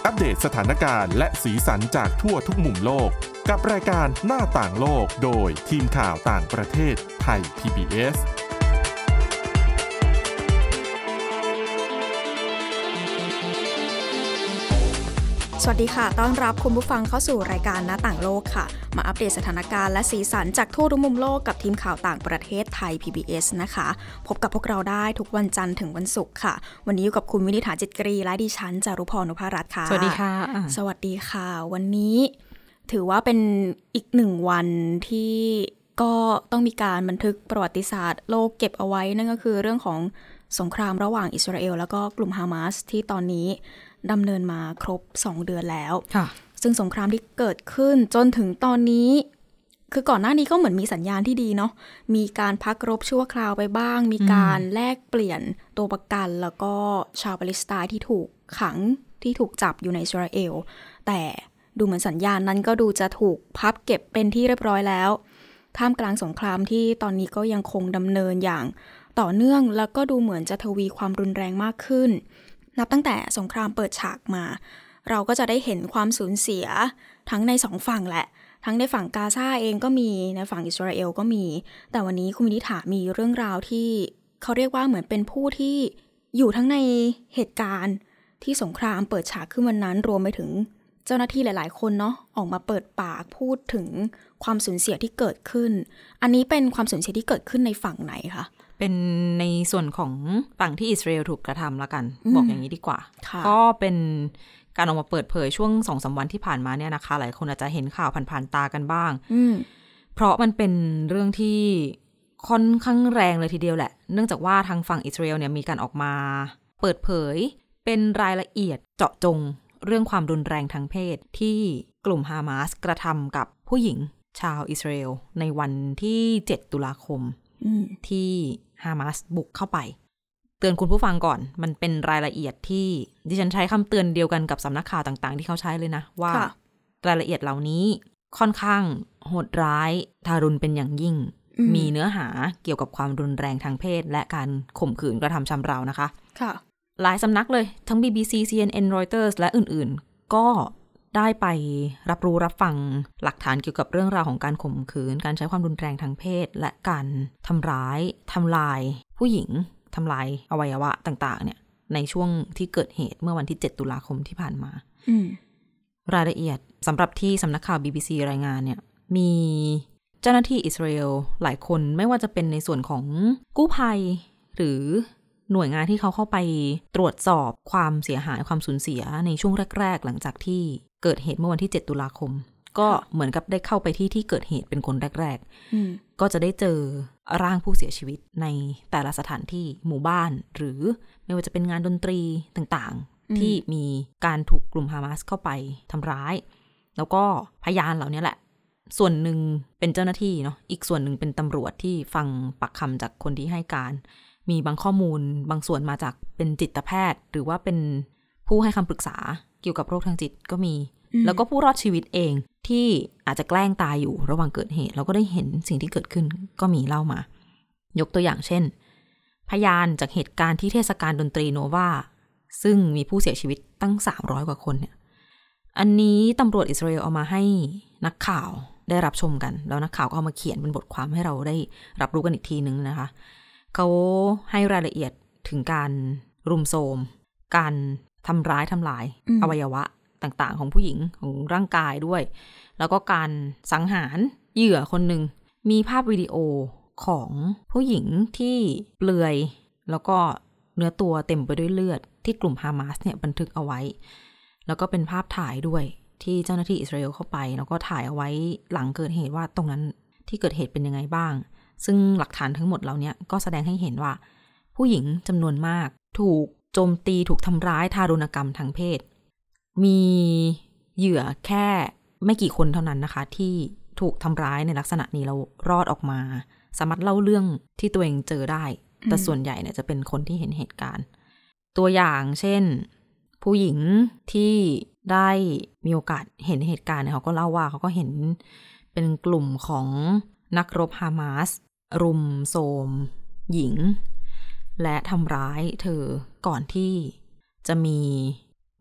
อัปเดตสถานการณ์และสีสันจากทั่วทุกมุมโลกกับรายการหน้าต่างโลกโดยทีมข่าวต่างประเทศไทย PBS สวัสดีค่ะต้อนรับคุณผู้ฟังเข้าสู่รายการหน้าต่างโลกค่ะมาอัปเดตสถานการณ์และสีสันจากทั่วทุกมุมโลกกับทีมข่าวต่างประเทศไทย PBS นะคะพบกับพวกเราได้ทุกวันจันทร์ถึงวันศุกร์ค่ะวันนี้อยู่กับคุณวินิษฐาจิตกรีและดิฉันจารุพร นพรัตน์ค่ะสวัสดีค่ะสวัสดีค่ะวันนี้ถือว่าเป็นอีกหนึ่งวันที่ก็ต้องมีการบันทึกประวัติศาสตร์โลกเก็บเอาไว้นั่นก็คือเรื่องของสงครามระหว่างอิสราเอลแล้วก็กลุ่มฮามาสที่ตอนนี้ดำเนินมาครบ2 เดือนแล้วซึ่งสงครามที่เกิดขึ้นจนถึงตอนนี้คือก่อนหน้านี้ก็เหมือนมีสัญญาณที่ดีเนาะมีการพักรบชั่วคราวไปบ้างมีการแลกเปลี่ยนตัวประกันแล้วก็ชาวปาเลสไตน์ที่ถูกขังที่ถูกจับอยู่ในอิสราเอลแต่ดูเหมือนสัญญาณนั้นก็ดูจะถูกพับเก็บเป็นที่เรียบร้อยแล้วท่ามกลางสงครามที่ตอนนี้ก็ยังคงดำเนินอย่างต่อเนื่องแล้วก็ดูเหมือนจะทวีความรุนแรงมากขึ้นนับตั้งแต่สงครามเปิดฉากมาเราก็จะได้เห็นความสูญเสียทั้งใน2 ฝั่งแหละทั้งในฝั่งกาซาเองก็มีในฝั่งอิสราเอลก็มีแต่วันนี้คุณวินิษฐามีเรื่องราวที่เขาเรียกว่าเหมือนเป็นผู้ที่อยู่ทั้งในเหตุการณ์ที่สงครามเปิดฉากขึ้นวันนั้นรวมไปถึงเจ้าหน้าที่หลายๆคนเนาะออกมาเปิดปากพูดถึงความสูญเสียที่เกิดขึ้นอันนี้เป็นความสูญเสียที่เกิดขึ้นในฝั่งไหนคะเป็นในส่วนของฝั่งที่อิสราเอลถูกกระทำละกันบอกอย่างนี้ดีกว่าก็เป็นการออกมาเปิดเผยช่วง 2-3 วันที่ผ่านมาเนี่ยนะคะหลายคนอาจจะเห็นข่าวผ่านๆตากันบ้างเพราะมันเป็นเรื่องที่ค่อนข้างแรงเลยทีเดียวแหละเนื่องจากว่าทางฝั่งอิสราเอลเนี่ยมีการออกมาเปิดเผยเป็นรายละเอียดเจาะจงเรื่องความรุนแรงทางเพศที่กลุ่มฮามาสกระทำกับผู้หญิงชาวอิสราเอลในวันที่7 ตุลาคมที่ฮามาสบุกเข้าไปเตือนคุณผู้ฟังก่อนมันเป็นรายละเอียดที่ดิฉันใช้คำเตือนเดียวกันกับสำนักข่าวต่างๆที่เขาใช้เลยนะว่ารายละเอียดเหล่านี้ค่อนข้างโหดร้ายทารุณเป็นอย่างยิ่งมีเนื้อหาเกี่ยวกับความรุนแรงทางเพศและการข่มขืนกระทำชำเรานะคะหลายสำนักเลยทั้ง BBC CNN Reuters และอื่นๆก็ได้ไปรับรู้รับฟังหลักฐานเกี่ยวกับเรื่องราวของการข่มขืนการใช้ความรุนแรงทางเพศและการทำร้ายทำลายผู้หญิงทำลายอวัยวะต่างๆเนี่ยในช่วงที่เกิดเหตุเมื่อวันที่7 ตุลาคมที่ผ่านมารายละเอียดสำหรับที่สำนักข่าว BBC รายงานเนี่ยมีเจ้าหน้าที่อิสราเอลหลายคนไม่ว่าจะเป็นในส่วนของกู้ภัยหรือหน่วยงานที่เขาเข้าไปตรวจสอบความเสียหายความสูญเสียในช่วงแรกๆหลังจากที่เกิดเหตุเมื่อวันที่7 ตุลาคมก็เหมือนกับได้เข้าไปที่เกิดเหตุเป็นคนแรกๆก็จะได้เจอร่างผู้เสียชีวิตในแต่ละสถานที่หมู่บ้านหรือไม่ว่าจะเป็นงานดนตรีต่างๆที่มีการถูกกลุ่มฮามาสเข้าไปทำร้ายแล้วก็พยานเหล่านี้แหละส่วนหนึ่งเป็นเจ้าหน้าที่เนาะอีกส่วนหนึ่งเป็นตำรวจที่ฟังปากคำจากคนที่ให้การมีบางข้อมูลบางส่วนมาจากเป็นจิตแพทย์หรือว่าเป็นผู้ให้คำปรึกษาเกี่ยวกับโรคทางจิตก็มีแล้วก็ผู้รอดชีวิตเองที่อาจจะแกล้งตายอยู่ระหว่างเกิดเหตุแล้วก็ได้เห็นสิ่งที่เกิดขึ้นก็มีเล่ามายกตัวอย่างเช่นพยานจากเหตุการณ์ที่เทศกาลดนตรีโนวาซึ่งมีผู้เสียชีวิตตั้ง300 กว่าคนเนี่ยอันนี้ตำรวจอิสราเอลเอามาให้นักข่าวได้รับชมกันแล้วนักข่าวก็เอามาเขียนเป็นบทความให้เราได้รับรู้กันอีกทีนึงนะคะเขาให้รายละเอียดถึงการรุมโทรมการทำร้ายทำลายอวัยวะต่างๆของผู้หญิงของร่างกายด้วยแล้วก็การสังหารเหยื่อคนหนึ่งมีภาพวิดีโอของผู้หญิงที่เปลือยแล้วก็เนื้อตัวเต็มไปด้วยเลือดที่กลุ่มฮามาสเนี่ยบันทึกเอาไว้แล้วก็เป็นภาพถ่ายด้วยที่เจ้าหน้าที่อิสราเอลเข้าไปแล้วก็ถ่ายเอาไว้หลังเกิดเหตุว่าตรงนั้นที่เกิดเหตุเป็นยังไงบ้างซึ่งหลักฐานทั้งหมดเหล่านี้ก็แสดงให้เห็นว่าผู้หญิงจำนวนมากถูกโจมตีถูกทำร้ายทารุณกรรมทางเพศมีเหยื่อแค่ไม่กี่คนเท่านั้นนะคะที่ถูกทำร้ายในลักษณะนี้แล้วรอดออกมาสามารถเล่าเรื่องที่ตัวเองเจอได้แต่ส่วนใหญ่เนี่ยจะเป็นคนที่เห็นเหตุการณ์ตัวอย่างเช่นผู้หญิงที่ได้มีโอกาสเห็นเหตุการณ์เนี่ยเขาก็เล่าว่าเขาก็เห็นเป็นกลุ่มของนักรบฮามาสรุมโทรมหญิงและทำร้ายเธอก่อนที่จะมี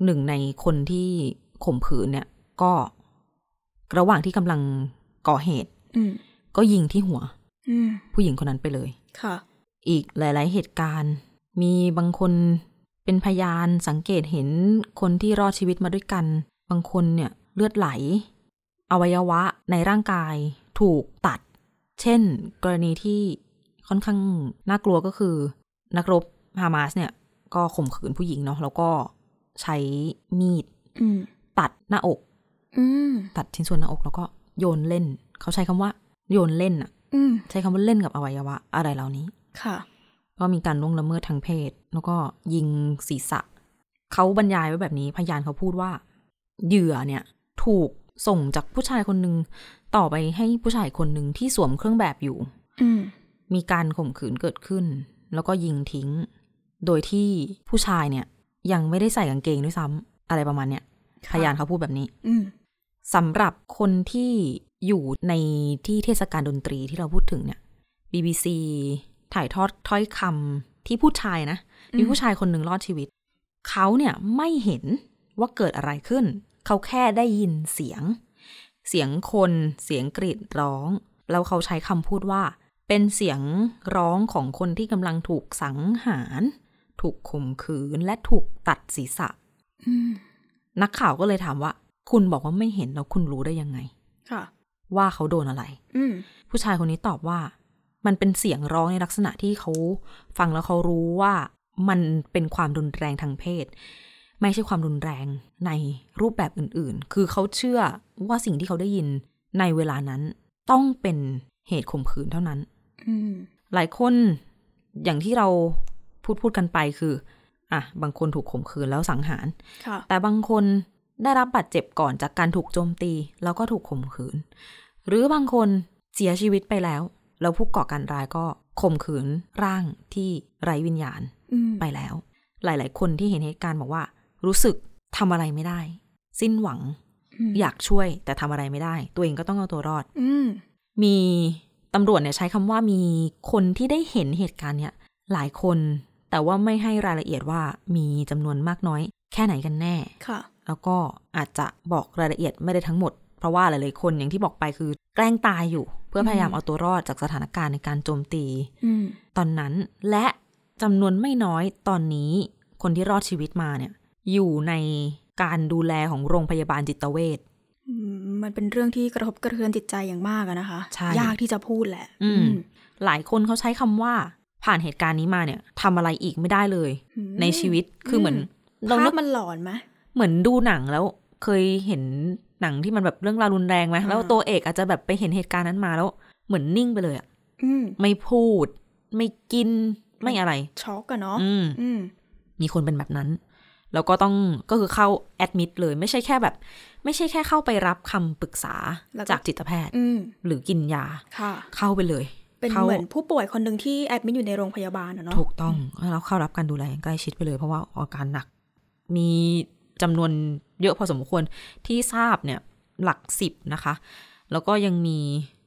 หนึ่งในคนที่ข่มขืนเนี่ยก็ระหว่างที่กำลังก่อเหตุก็ยิงที่หัวผู้หญิงคนนั้นไปเลยค่ะอีกหลายๆเหตุการณ์มีบางคนเป็นพยานสังเกตเห็นคนที่รอดชีวิตมาด้วยกันบางคนเนี่ยเลือดไหลอวัยวะในร่างกายถูกตัดเช่นกรณีที่ค่อนข้างน่ากลัวก็คือนักรบฮามาสเนี่ยก็ข่มขืนผู้หญิงเนาะแล้วก็ใช้มีดตัดหน้าอกตัดชิ้นส่วนหน้าอกแล้วก็โยนเล่นเขาใช้คำว่าโยนเล่นอ่ะใช้คำว่าเล่นกับอวัยวะอะไรเหล่านี้ค่ะก็มีการล่วงละเมิดทางเพศแล้วก็ยิงศีรษะเขาบรรยายไว้แบบนี้พยานเขาพูดว่าเหยื่อเนี่ยถูกส่งจากผู้ชายคนหนึ่งต่อไปให้ผู้ชายคนหนึ่งที่สวมเครื่องแบบอยู่มีการข่มขืนเกิดขึ้นแล้วก็ยิงทิ้งโดยที่ผู้ชายเนี่ยยังไม่ได้ใส่กางเกงด้วยซ้ำอะไรประมาณเนี้ยพยานเขาพูดแบบนี้สำหรับคนที่อยู่ในที่เทศกาลดนตรีที่เราพูดถึงเนี่ย BBC ถ่ายทอดถ้อยคำที่ผู้ชายนะมีผู้ชายคนหนึ่งรอดชีวิตเขาเนี่ยไม่เห็นว่าเกิดอะไรขึ้นเขาแค่ได้ยินเสียงคนเสียงกรีดร้องแล้วเขาใช้คำพูดว่าเป็นเสียงร้องของคนที่กำลังถูกสังหารถูกข่มขืนและถูกตัดศีรษะนักข่าวก็เลยถามว่าคุณบอกว่าไม่เห็นแล้วคุณรู้ได้ยังไงว่าเขาโดนอะไรผู้ชายคนนี้ตอบว่ามันเป็นเสียงร้องในลักษณะที่เขาฟังแล้วเขารู้ว่ามันเป็นความรุนแรงทางเพศไม่ใช่ความรุนแรงในรูปแบบอื่นๆคือเขาเชื่อว่าสิ่งที่เขาได้ยินในเวลานั้นต้องเป็นเหตุข่มขืนเท่านั้นหลายคนอย่างที่เราพูดกันไปคืออ่ะบางคนถูกข่มขืนแล้วสังหารแต่บางคนได้รับบาดเจ็บก่อนจากการถูกโจมตีแล้วก็ถูกข่มขืนหรือบางคนเสียชีวิตไปแล้วผู้ก่อการร้ายก็ข่มขืนร่างที่ไร้วิญญาณไปแล้วหลายๆคนที่เห็นเหตุการณ์บอกว่ารู้สึกทำอะไรไม่ได้สิ้นหวังอยากช่วยแต่ทำอะไรไม่ได้ตัวเองก็ต้องเอาตัวรอดมีตำรวจเนี่ยใช้คำว่ามีคนที่ได้เห็นเหตุการณ์เนี่ยหลายคนแต่ว่าไม่ให้รายละเอียดว่ามีจำนวนมากน้อยแค่ไหนกันแน่แล้วก็อาจจะบอกรายละเอียดไม่ได้ทั้งหมดเพราะว่าหลายๆคนอย่างที่บอกไปคือแกล้งตายอยู่เพื่อพยายามเอาตัวรอดจากสถานการณ์ในการโจมตีตอนนั้นและจำนวนไม่น้อยตอนนี้คนที่รอดชีวิตมาเนี่ยอยู่ในการดูแลของโรงพยาบาลจิตเวชมันเป็นเรื่องที่กระทบกระเทือนจิตใจอย่างมากนะคะยากที่จะพูดแหละหลายคนเขาใช้คำว่าผ่านเหตุการณ์นี้มาเนี่ยทำอะไรอีกไม่ได้เลยในชีวิตคือเหมือนภาพมันหลอนไหมเหมือนดูหนังแล้วเคยเห็นหนังที่มันแบบเรื่องราวรุนแรงไหมแล้วตัวเอกอาจจะแบบไปเห็นเหตุการณ์นั้นมาแล้วเหมือนนิ่งไปเลยอ่ะไม่พูดไม่กินไม่อะไรช็อกอะเนาะมีคนเป็นแบบนั้นแล้วก็คือเข้าแอดมิดเลยไม่ใช่แค่เข้าไปรับคำปรึกษาจากจิตแพทย์หรือกินยาเข้าไปเลยเป็นเหมือนผู้ป่วยคนหนึ่งที่แอดมิดอยู่ในโรงพยาบาลเนาะถูกต้องแล้วเข้ารับการดูแลใกล้ชิดไปเลยเพราะว่าอาการหนักมีจำนวนเยอะพอสมควรที่ทราบเนี่ยหลัก10นะคะแล้วก็ยังมี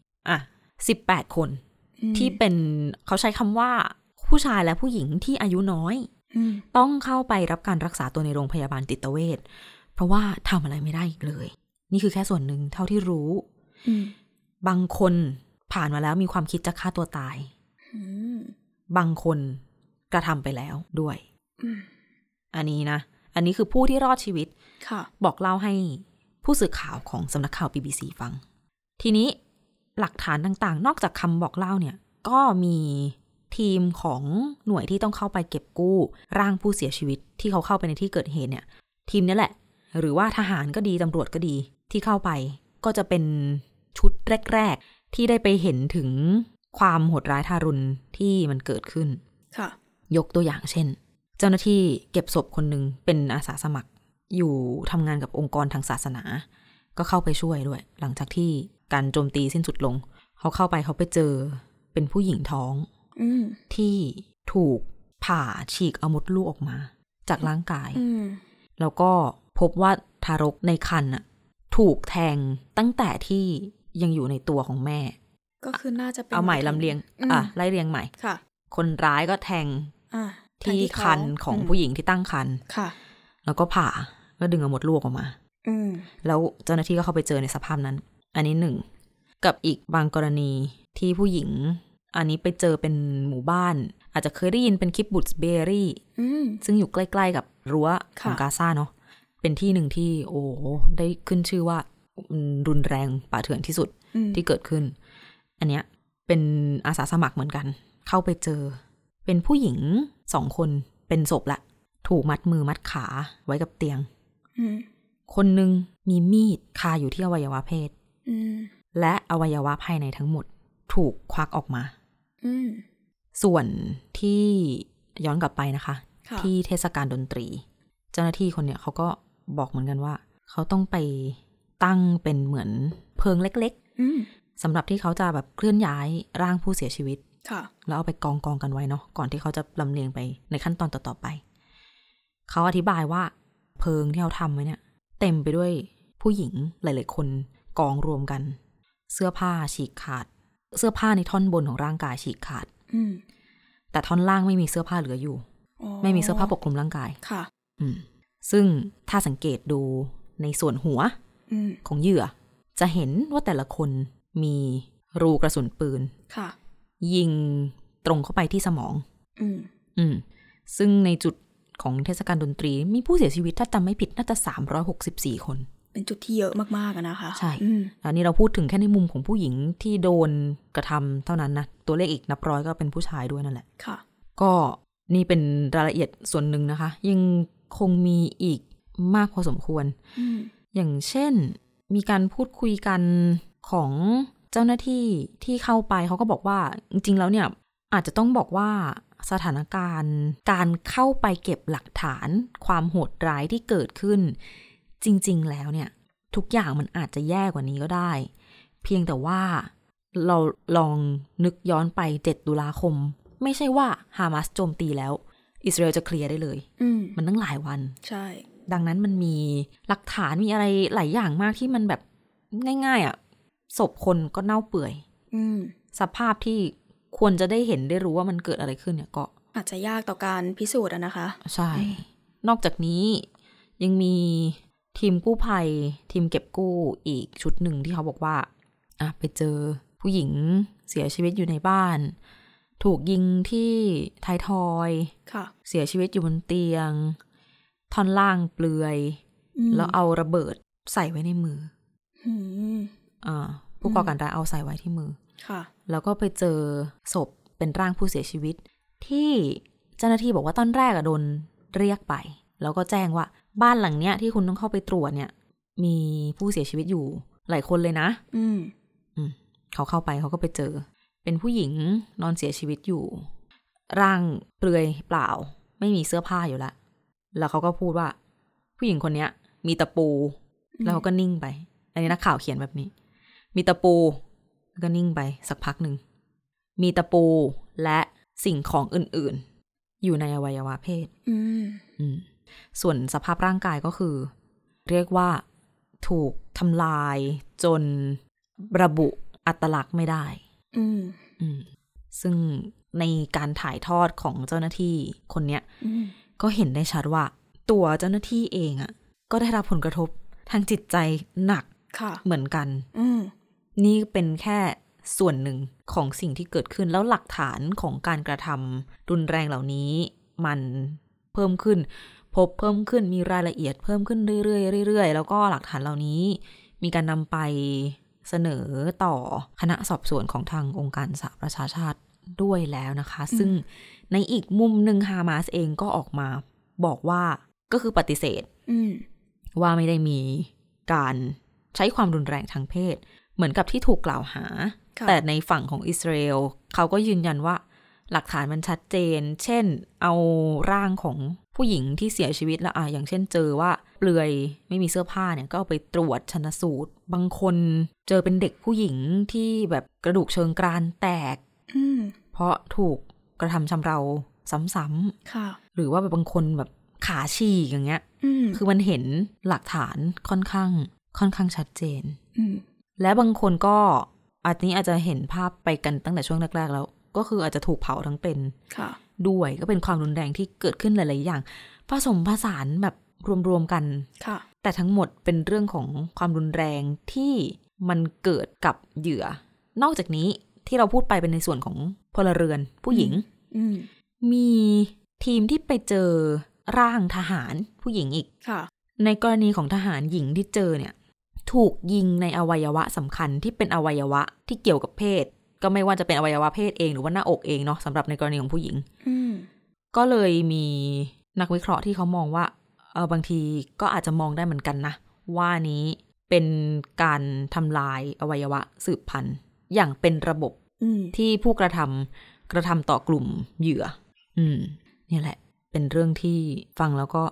18คนที่เป็นเขาใช้คำว่าผู้ชายและผู้หญิงที่อายุน้อยต้องเข้าไปรับการรักษาตัวในโรงพยาบาลจิตเวชเพราะว่าทำอะไรไม่ได้อีกเลยนี่คือแค่ส่วนหนึ่งเท่าที่รู้บางคนผ่านมาแล้วมีความคิดจะฆ่าตัวตายบางคนกระทำไปแล้วด้วยอันนี้คือผู้ที่รอดชีวิตบอกเล่าให้ผู้สื่อข่าวของสำนักข่าว BBC ฟังทีนี้หลักฐานต่างๆนอกจากคำบอกเล่าเนี่ยก็มีทีมของหน่วยที่ต้องเข้าไปเก็บกู้ร่างผู้เสียชีวิตที่เขาเข้าไปในที่เกิดเหตุเนี่ยทีมนี้แหละหรือว่าทหารก็ดีตำรวจก็ดีที่เข้าไปก็จะเป็นชุดแรกๆที่ได้ไปเห็นถึงความโหดร้ายทารุณที่มันเกิดขึ้นยกตัวอย่างเช่นเจ้าหน้าที่เก็บศพคนหนึ่งเป็นอาสาสมัครอยู่ทำงานกับองค์กรทางศาสนาก็เข้าไปช่วยด้วยหลังจากที่การโจมตีสิ้นสุดลงเขาเข้าไปเขาไปเจอเป็นผู้หญิงท้องที่ถูกผ่าฉีกเอามดลูกออกมาจากร่างกายแล้วก็พบว่าทารกในครรภ์ถูกแทงตั้งแต่ที่ยังอยู่ในตัวของแม่ก็คือน่าจะเป็นเอาใหม่ลำเลียงไล่เรียงใหม่คนร้ายก็แทงที่ครรภ์ของผู้หญิงที่ตั้งครรภ์แล้วก็ผ่าก็ดึงเอามดลูกออกมาแล้วเจ้าหน้าที่ก็เข้าไปเจอในสภาพนั้นอันนี้1กับอีกบางกรณีที่ผู้หญิงอันนี้ไปเจอเป็นหมู่บ้านอาจจะเคยได้ยินเป็นคิบบุตส์เบรี่ซึ่งอยู่ใกล้ๆกับรั้วของกาซาเนาะเป็นที่หนึ่งที่โอ้ได้ขึ้นชื่อว่ารุนแรงป่าเถื่อนที่สุดที่เกิดขึ้นอันเนี้ยเป็นอาสาสมัครเหมือนกันเข้าไปเจอเป็นผู้หญิง2คนเป็นศพละถูกมัดมือมัดขาไว้กับเตียงคนนึงมีมีดคาอยู่ที่อวัยวะเพศและอวัยวะภายในทั้งหมดถูกควักออกมาส่วนที่ย้อนกลับไปนะคะที่เทศกาลดนตรีเจ้าหน้าที่คนเนี้ยเขาก็บอกเหมือนกันว่าเขาต้องไปตั้งเป็นเหมือนเพิงเล็กๆสำหรับที่เขาจะแบบเคลื่อนย้ายร่างผู้เสียชีวิตแล้วเอาไปกองกันไว้เนาะก่อนที่เขาจะลำเลียงไปในขั้นตอนต่อๆไปเขาอธิบายว่าเพิงที่เขาทำไว้เนี่ยเต็มไปด้วยผู้หญิงหลายๆคนกองรวมกันเสื้อผ้าฉีกขาดเสื้อผ้าในท่อนบนของร่างกายฉีกขาดแต่ท่อนล่างไม่มีเสื้อผ้าเหลืออยู่ไม่มีเสื้อผ้าปกคลุมร่างกายค่ะซึ่งถ้าสังเกตดูในส่วนหัวของเหยื่อจะเห็นว่าแต่ละคนมีรูกระสุนปืนยิงตรงเข้าไปที่สมองซึ่งในจุดของเทศกาลดนตรีมีผู้เสียชีวิตถ้าจำไม่ผิดน่าจะ364คนเป็นจุดที่เยอะมากๆนะคะใช่อันนี้เราพูดถึงแค่ในมุมของผู้หญิงที่โดนกระทำเท่านั้นนะตัวเลขอีกนับร้อยก็เป็นผู้ชายด้วยนั่นแหละค่ะก็นี่เป็นรายละเอียดส่วนหนึ่งนะคะยังคงมีอีกมากพอสมควรอย่างเช่นมีการพูดคุยกันของเจ้าหน้าที่ที่เข้าไปเขาก็บอกว่าจริงๆแล้วเนี่ยอาจจะต้องบอกว่าสถานการณ์การเข้าไปเก็บหลักฐานความโหดร้ายที่เกิดขึ้นจริงๆแล้วเนี่ยทุกอย่างมันอาจจะแย่กว่านี้ก็ได้เพียงแต่ว่าเราลองนึกย้อนไป7 ตุลาคมไม่ใช่ว่าฮามาสโจมตีแล้วอิสราเอลจะเคลียร์ได้เลยมันตั้งหลายวันใช่ดังนั้นมันมีหลักฐานมีอะไรหลายอย่างมากที่มันแบบง่ายๆอ่ะศพคนก็เน่าเปื่อยสภาพที่ควรจะได้เห็นได้รู้ว่ามันเกิดอะไรขึ้นเนี่ยก็อาจจะยากต่อการพิสูจน์นะคะใช่นอกจากนี้ยังมีทีมกู้ภัยทีมเก็บกู้อีกชุดหนึ่งที่เขาบอกว่าไปเจอผู้หญิงเสียชีวิตอยู่ในบ้านถูกยิงที่ท้ายทอยเสียชีวิตอยู่บนเตียงท่อนล่างเปลือยแล้วเอาระเบิดใส่ไว้ในมือผู้ก่อการร้ายเอาใส่ไว้ที่มือแล้วก็ไปเจอศพเป็นร่างผู้เสียชีวิตที่เจ้าหน้าที่บอกว่าตอนแรกโดนเรียกไปแล้วก็แจ้งว่าบ้านหลังเนี้ยที่คุณต้องเข้าไปตรวจเนี่ยมีผู้เสียชีวิตอยู่หลายคนเลยนะเขาเข้าไปเขาก็ไปเจอเป็นผู้หญิงนอนเสียชีวิตอยู่ร่างเปลือยเปล่าไม่มีเสื้อผ้าอยู่แล้วเขาก็พูดว่าผู้หญิงคนนี้มีตะปูแล้วเขาก็นิ่งไปอันนี้นักข่าวเขียนแบบนี้มีตะปูแล้วก็นิ่งไปสักพักหนึ่งมีตะปูและสิ่งของอื่นๆอยู่ในอวัยวะเพศส่วนสภาพร่างกายก็คือเรียกว่าถูกทำลายจนระบุอัตลักษณ์ไม่ได้ซึ่งในการถ่ายทอดของเจ้าหน้าที่คนเนี้ยก็เห็นได้ชัดว่าตัวเจ้าหน้าที่เองก็ได้รับผลกระทบทางจิตใจหนักเหมือนกันนี่เป็นแค่ส่วนหนึ่งของสิ่งที่เกิดขึ้นแล้วหลักฐานของการกระทำรุนแรงเหล่านี้มันเพิ่มขึ้นมีรายละเอียดเพิ่มขึ้นเรื่อยๆแล้วก็หลักฐานเหล่านี้มีการนำไปเสนอต่อคณะสอบสวนของทางองค์การสหประชาชาติด้วยแล้วนะคะซึ่งในอีกมุมหนึ่งฮามาสเองก็ออกมาบอกว่าก็คือปฏิเสธว่าไม่ได้มีการใช้ความรุนแรงทางเพศเหมือนกับที่ถูกกล่าวหาแต่ในฝั่งของอิสราเอลเขาก็ยืนยันว่าหลักฐานมันชัดเจนเช่นเอาร่างของผู้หญิงที่เสียชีวิตแล้วอย่างเช่นเจอว่าเปลือยไม่มีเสื้อผ้าเนี่ยก็เอาไปตรวจชันสูตรบางคนเจอเป็นเด็กผู้หญิงที่แบบกระดูกเชิงกรานแตกเพราะถูกกระทำชำเราซ้ำๆหรือว่าแบบบางคนแบบขาฉีกอย่างเงี้ยคือมันเห็นหลักฐานค่อนข้างชัดเจนและบางคนก็อาจจะเห็นภาพไปกันตั้งแต่ช่วงแรกๆแล้วก็คืออาจจะถูกเผาทั้งเป็นด้วยก็เป็นความรุนแรงที่เกิดขึ้นหลายๆอย่างผสมผสานแบบรวมๆกันแต่ทั้งหมดเป็นเรื่องของความรุนแรงที่มันเกิดกับเหยื่อนอกจากนี้ที่เราพูดไปเป็นในส่วนของพลเรือนผู้หญิงมีทีมที่ไปเจอร่างทหารผู้หญิงอีกในกรณีของทหารหญิงที่เจอเนี่ยถูกยิงในอวัยวะสำคัญที่เป็นอวัยวะที่เกี่ยวกับเพศก็ไม่ว่าจะเป็นอวัยวะเพศเองหรือว่าหน้าอกเองเนาะสำหรับในกรณีของผู้หญิงก็เลยมีนักวิเคราะห์ที่เขามองว่าบางทีก็อาจจะมองได้เหมือนกันนะว่านี้เป็นการทำลายอวัยวะสืบพันธุ์อย่างเป็นระบบที่ผู้กระทำต่อกลุ่มเหยื่อนี่แหละเป็นเรื่องที่ฟังแล้วก็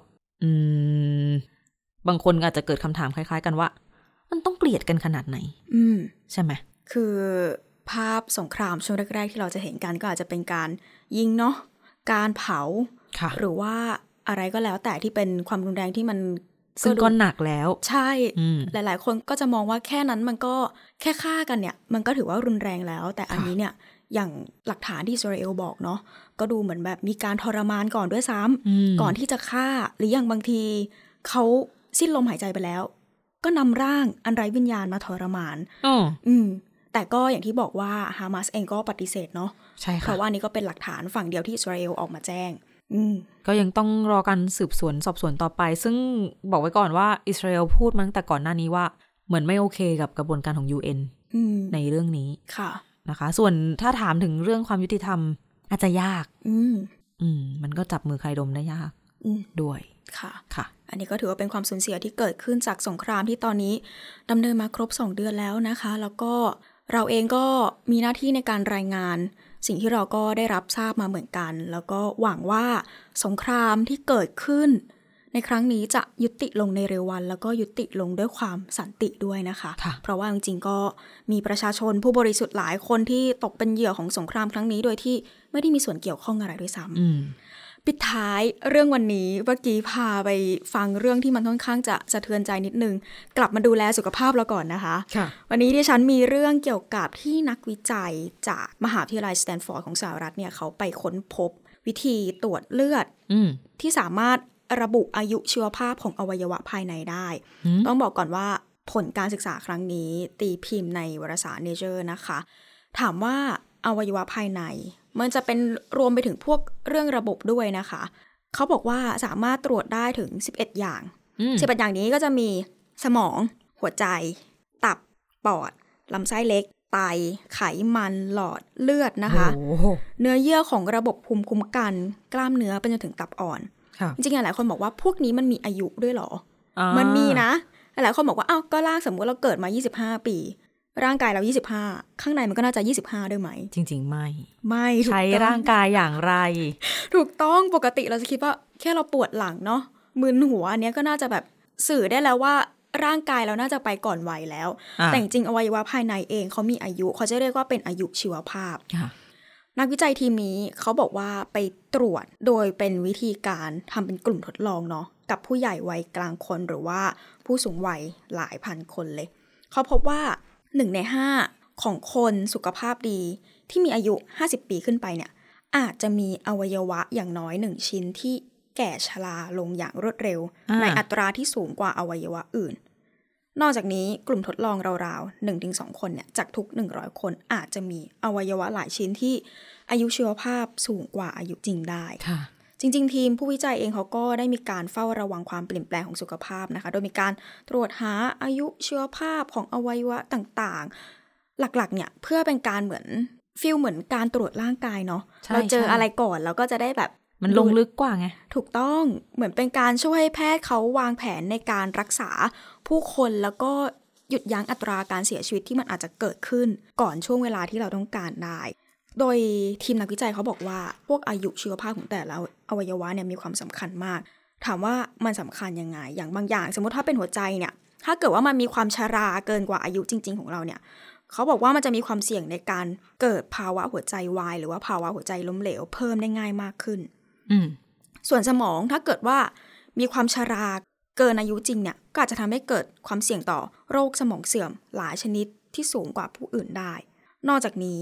บางคนอาจจะเกิดคำถามคล้ายๆกันว่ามันต้องเกลียดกันขนาดไหนใช่ไหมคือภาพสงครามช่วงแรกๆที่เราจะเห็นกันก็อาจจะเป็นการยิงเนาะการเผาหรือว่าอะไรก็แล้วแต่ที่เป็นความรุนแรงที่มันซึ่งก็หนักแล้วใช่หลายๆคนก็จะมองว่าแค่นั้นมันก็แค่ฆ่ากันเนี่ยมันก็ถือว่ารุนแรงแล้วแต่อันนี้เนี่ยอย่างหลักฐานที่อิสราเอลบอกเนาะก็ดูเหมือนแบบมีการทรมานก่อนด้วยซ้ำก่อนที่จะฆ่าหรืออย่างบางทีเขาสิ้นลมหายใจไปแล้วก็นำร่างอันไร้วิญญาณมาทรมานแต่ก็อย่างที่บอกว่าฮามาสเองก็ปฏิเสธเนาะใช่ค่ะเพราะว่านี่ก็เป็นหลักฐานฝั่งเดียวที่อิสราเอลออกมาแจ้งก็ยังต้องรอการสืบสวนสอบสวนต่อไปซึ่งบอกไว้ก่อนว่าอิสราเอลพูดมาตั้งแต่ก่อนหน้านี้ว่าเหมือนไม่โอเคกับกระบวนการของ UN ในเรื่องนี้ค่ะนะคะส่วนถ้าถามถึงเรื่องความยุติธรรมอาจจะยากมันก็จับมือใครดมได้ยากด้วยค่ะอันนี้ก็ถือว่าเป็นความสูญเสียที่เกิดขึ้นจากสงครามที่ตอนนี้ดำเนินมาครบ2 เดือนแล้วนะคะแล้วก็เราเองก็มีหน้าที่ในการรายงานสิ่งที่เราก็ได้รับทราบมาเหมือนกันแล้วก็หวังว่าสงครามที่เกิดขึ้นในครั้งนี้จะยุติลงในเร็ววันแล้วก็ยุติลงด้วยความสันติด้วยนะคะเพราะว่าจริงๆก็มีประชาชนผู้บริสุทธิ์หลายคนที่ตกเป็นเหยื่อของสงครามครั้งนี้โดยที่ไม่ได้มีส่วนเกี่ยวข้องอะไรด้วยซ้ำปิดท้ายเรื่องวันนี้เมื่อกี้พาไปฟังเรื่องที่มันค่อนข้างจะสะเทือนใจนิดนึงกลับมาดูแลสุขภาพเราก่อนนะคะวันนี้ที่ฉันมีเรื่องเกี่ยวกับที่นักวิจัยจากมหาวิทยาลัยสแตนฟอร์ดของสหรัฐเนี่ยเขาไปค้นพบวิธีตรวจเลือดที่สามารถระบุอายุชีวภาพของอวัยวะภายในได้ต้องบอกก่อนว่าผลการศึกษาครั้งนี้ตีพิมพ์ในวารสาร Nature นะคะถามว่าอวัยวะภายในมันจะเป็นรวมไปถึงพวกเรื่องระบบด้วยนะคะเขาบอกว่าสามารถตรวจได้ถึง11อย่าง11อย่างนี้ก็จะมีสมองหัวใจตับปอดลำไส้เล็กไตไขมันหลอดเลือดนะคะเนื้อเยื่อของระบบภูมิคุ้มกันกล้ามเนื้อไปจนถึงตับอ่อนจริงๆหลายคนบอกว่าพวกนี้มันมีอายุด้วยหรอมันมีนะหลายคนบอกว่าอ้าวก็ร่างสมมติเราเกิดมา25 ปีร่างกายเรา25ข้างในมันก็น่าจะ25ด้วยไหมจริงๆไม่ใช้ร่างกายอย่างไรถูกต้องปกติเราจะคิดว่าแค่เราปวดหลังเนาะมึนหัวอันนี้ก็น่าจะแบบสื่อได้แล้วว่าร่างกายเราน่าจะไปก่อนวัยแล้วแต่จริงอวัยวะภายในเองเขามีอายุเขาจะเรียกว่าเป็นอายุชีวภาพนักวิจัยทีมนี้เขาบอกว่าไปตรวจโดยเป็นวิธีการทำเป็นกลุ่มทดลองเนาะกับผู้ใหญ่วัยกลางคนหรือว่าผู้สูงวัยหลายพันคนเลยเขาพบว่า1 ใน 5ของคนสุขภาพดีที่มีอายุ50 ปีขึ้นไปเนี่ยอาจจะมีอวัยวะอย่างน้อย1ชิ้นที่แก่ชราลงอย่างรวดเร็วในอัตราที่สูงกว่าอวัยวะอื่นนอกจากนี้กลุ่มทดลองราวๆ 1-2 คนเนี่ยจากทุก100คนอาจจะมีอวัยวะหลายชิ้นที่อายุชีวภาพสูงกว่าอายุจริงได้จริงๆทีมผู้วิจัยเองเขาก็ได้มีการเฝ้าระวังความเปลี่ยนแปลงของสุขภาพนะคะโดยมีการตรวจหาอายุชีวภาพของอวัยวะต่างๆหลักๆเนี่ยเพื่อเป็นการเหมือนการตรวจร่างกายเนาะเราเจออะไรก่อนเราก็จะได้แบบมันลงลึกกว่าไงถูกต้องเหมือนเป็นการช่วยให้แพทย์เขาวางแผนในการรักษาผู้คนแล้วก็หยุดยั้งอัตราการเสียชีวิตที่มันอาจจะเกิดขึ้นก่อนช่วงเวลาที่เราต้องการได้โดยทีมนักวิจัยเขาบอกว่าพวกอายุชีวภาพของแต่ละอวัยวะเนี่ยมีความสำคัญมากถามว่ามันสำคัญยังไงอย่างบางอย่างสมมติถ้าเป็นหัวใจเนี่ยถ้าเกิดว่ามันมีความชราเกินกว่าอายุจริงๆของเราเนี่ยเขาบอกว่ามันจะมีความเสี่ยงในการเกิดภาวะหัวใจวายหรือว่าภาวะหัวใจล้มเหลวเพิ่มได้ง่ายมากขึ้นส่วนสมองถ้าเกิดว่ามีความชราเกินอายุจริงเนี่ยก็อาจจะทำให้เกิดความเสี่ยงต่อโรคสมองเสื่อมหลายชนิดที่สูงกว่าผู้อื่นได้นอกจากนี้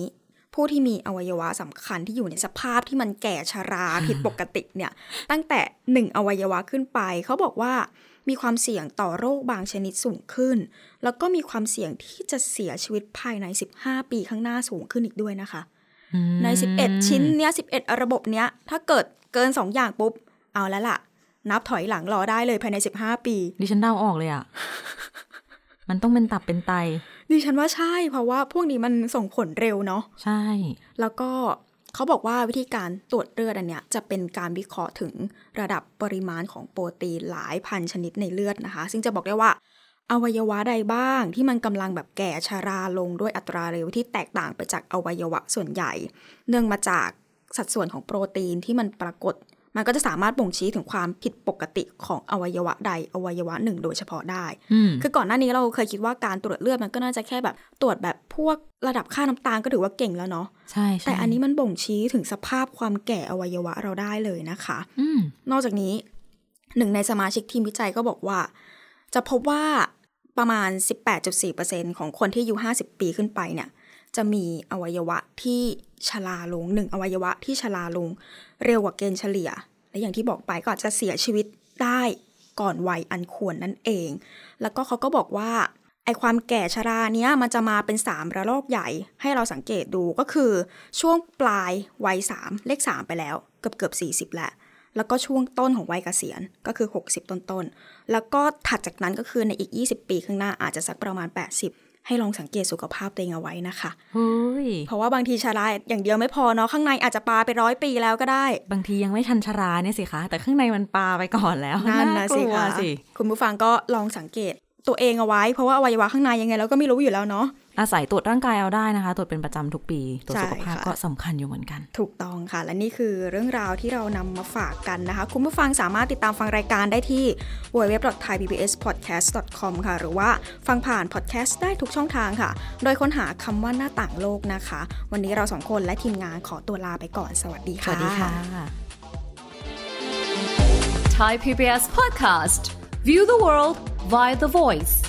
ผู้ที่มีอวัยวะสำคัญที่อยู่ในสภาพที่มันแก่ชราผิดปกติเนี่ยตั้งแต่1อวัยวะขึ้นไปเขาบอกว่ามีความเสี่ยงต่อโรคบางชนิดสูงขึ้นแล้วก็มีความเสี่ยงที่จะเสียชีวิตภายใน15 ปีข้างหน้าสูงขึ้นอีกด้วยนะคะใน11ชิ้นเนี้ย11ระบบเนี้ยถ้าเกิดเกิน2อย่างปุ๊บเอาแล้วล่ะนับถอยหลังรอได้เลยภายใน15 ปีดิฉันเดาออกเลยอ่ะ มันต้องเป็นตับเป็นไตดิฉันว่าใช่เพราะว่าพวกนี้มันส่งผลเร็วเนาะใช่แล้วก็เขาบอกว่าวิธีการตรวจเลือดอันเนี้ยจะเป็นการวิเคราะห์ถึงระดับปริมาณของโปรตีนหลายพันชนิดในเลือดนะคะซึ่งจะบอกได้ว่าอวัยวะใดบ้างที่มันกำลังแบบแก่ชราลงด้วยอัตราเร็วที่แตกต่างไปจากอวัยวะส่วนใหญ่เนื่องมาจากสัดส่วนของโปรตีนที่มันปรากฏมันก็จะสามารถบ่งชี้ถึงความผิดปกติของอวัยวะใดอวัยวะหนึ่งโดยเฉพาะได้คือก่อนหน้านี้เราเคยคิดว่าการตรวจเลือดมันก็น่าจะแค่แบบตรวจแบบพวกระดับค่าน้ำตาลก็ถือว่าเก่งแล้วเนาะใช่แต่อันนี้มันบ่งชี้ถึงสภาพความแก่อวัยวะเราได้เลยนะคะนอกจากนี้หนึ่งในสมาชิกทีมวิจัยก็บอกว่าจะพบว่าประมาณ 18.4% ของคนที่อายุ50 ปีขึ้นไปเนี่ยจะมีอวัยวะที่ชราลง1อวัยวะที่ชราลงเร็วกว่าเกณฑ์เฉลี่ยและอย่างที่บอกไปก็อาจจะเสียชีวิตได้ก่อนวัยอันควรนั่นเองแล้วก็เขาก็บอกว่าไอ้ความแก่ชราเนี้ยมันจะมาเป็น3ระลอกใหญ่ให้เราสังเกตดูก็คือช่วงปลายวัย3เลข3ไปแล้วเกือบ40แล้วก็ช่วงต้นของวัยเกษียณก็คือ60ต้นแล้วก็ถัดจากนั้นก็คือในอีก20 ปีข้างหน้าอาจจะสักประมาณ80ให้ลองสังเกตสุขภาพตัวเองเอาไว้นะคะเพราะว่าบางทีชราอย่างเดียวไม่พอเนาะข้างในอาจจะปาไป100 ปีแล้วก็ได้บางทียังไม่ทันชราเนี่ยสิคะแต่ข้างในมันปาไปก่อนแล้วนั่นนะสิคะคุณผู้ฟังก็ลองสังเกตตัวเองเอาไว้เพราะว่าอวัยวะข้างในยังไงเราก็ไม่รู้อยู่แล้วเนาะอาศัยตรวจร่างกายเอาได้นะคะตรวจเป็นประจำทุกปีตรวจสุขภาพก็สำคัญอยู่เหมือนกันถูกต้องค่ะและนี่คือเรื่องราวที่เรานำมาฝากกันนะคะคุณผู้ฟังสามารถติดตามฟังรายการได้ที่ www.thaipbspodcast.com ค่ะหรือว่าฟังผ่านพอดแคสต์ได้ทุกช่องทางค่ะโดยค้นหาคำว่าหน้าต่างโลกนะคะวันนี้เรา2คนและทีมงานขอตัวลาไปก่อนสวัสดีค่ะสวัสดีค่ะ Thai PBS Podcast View the world via the voice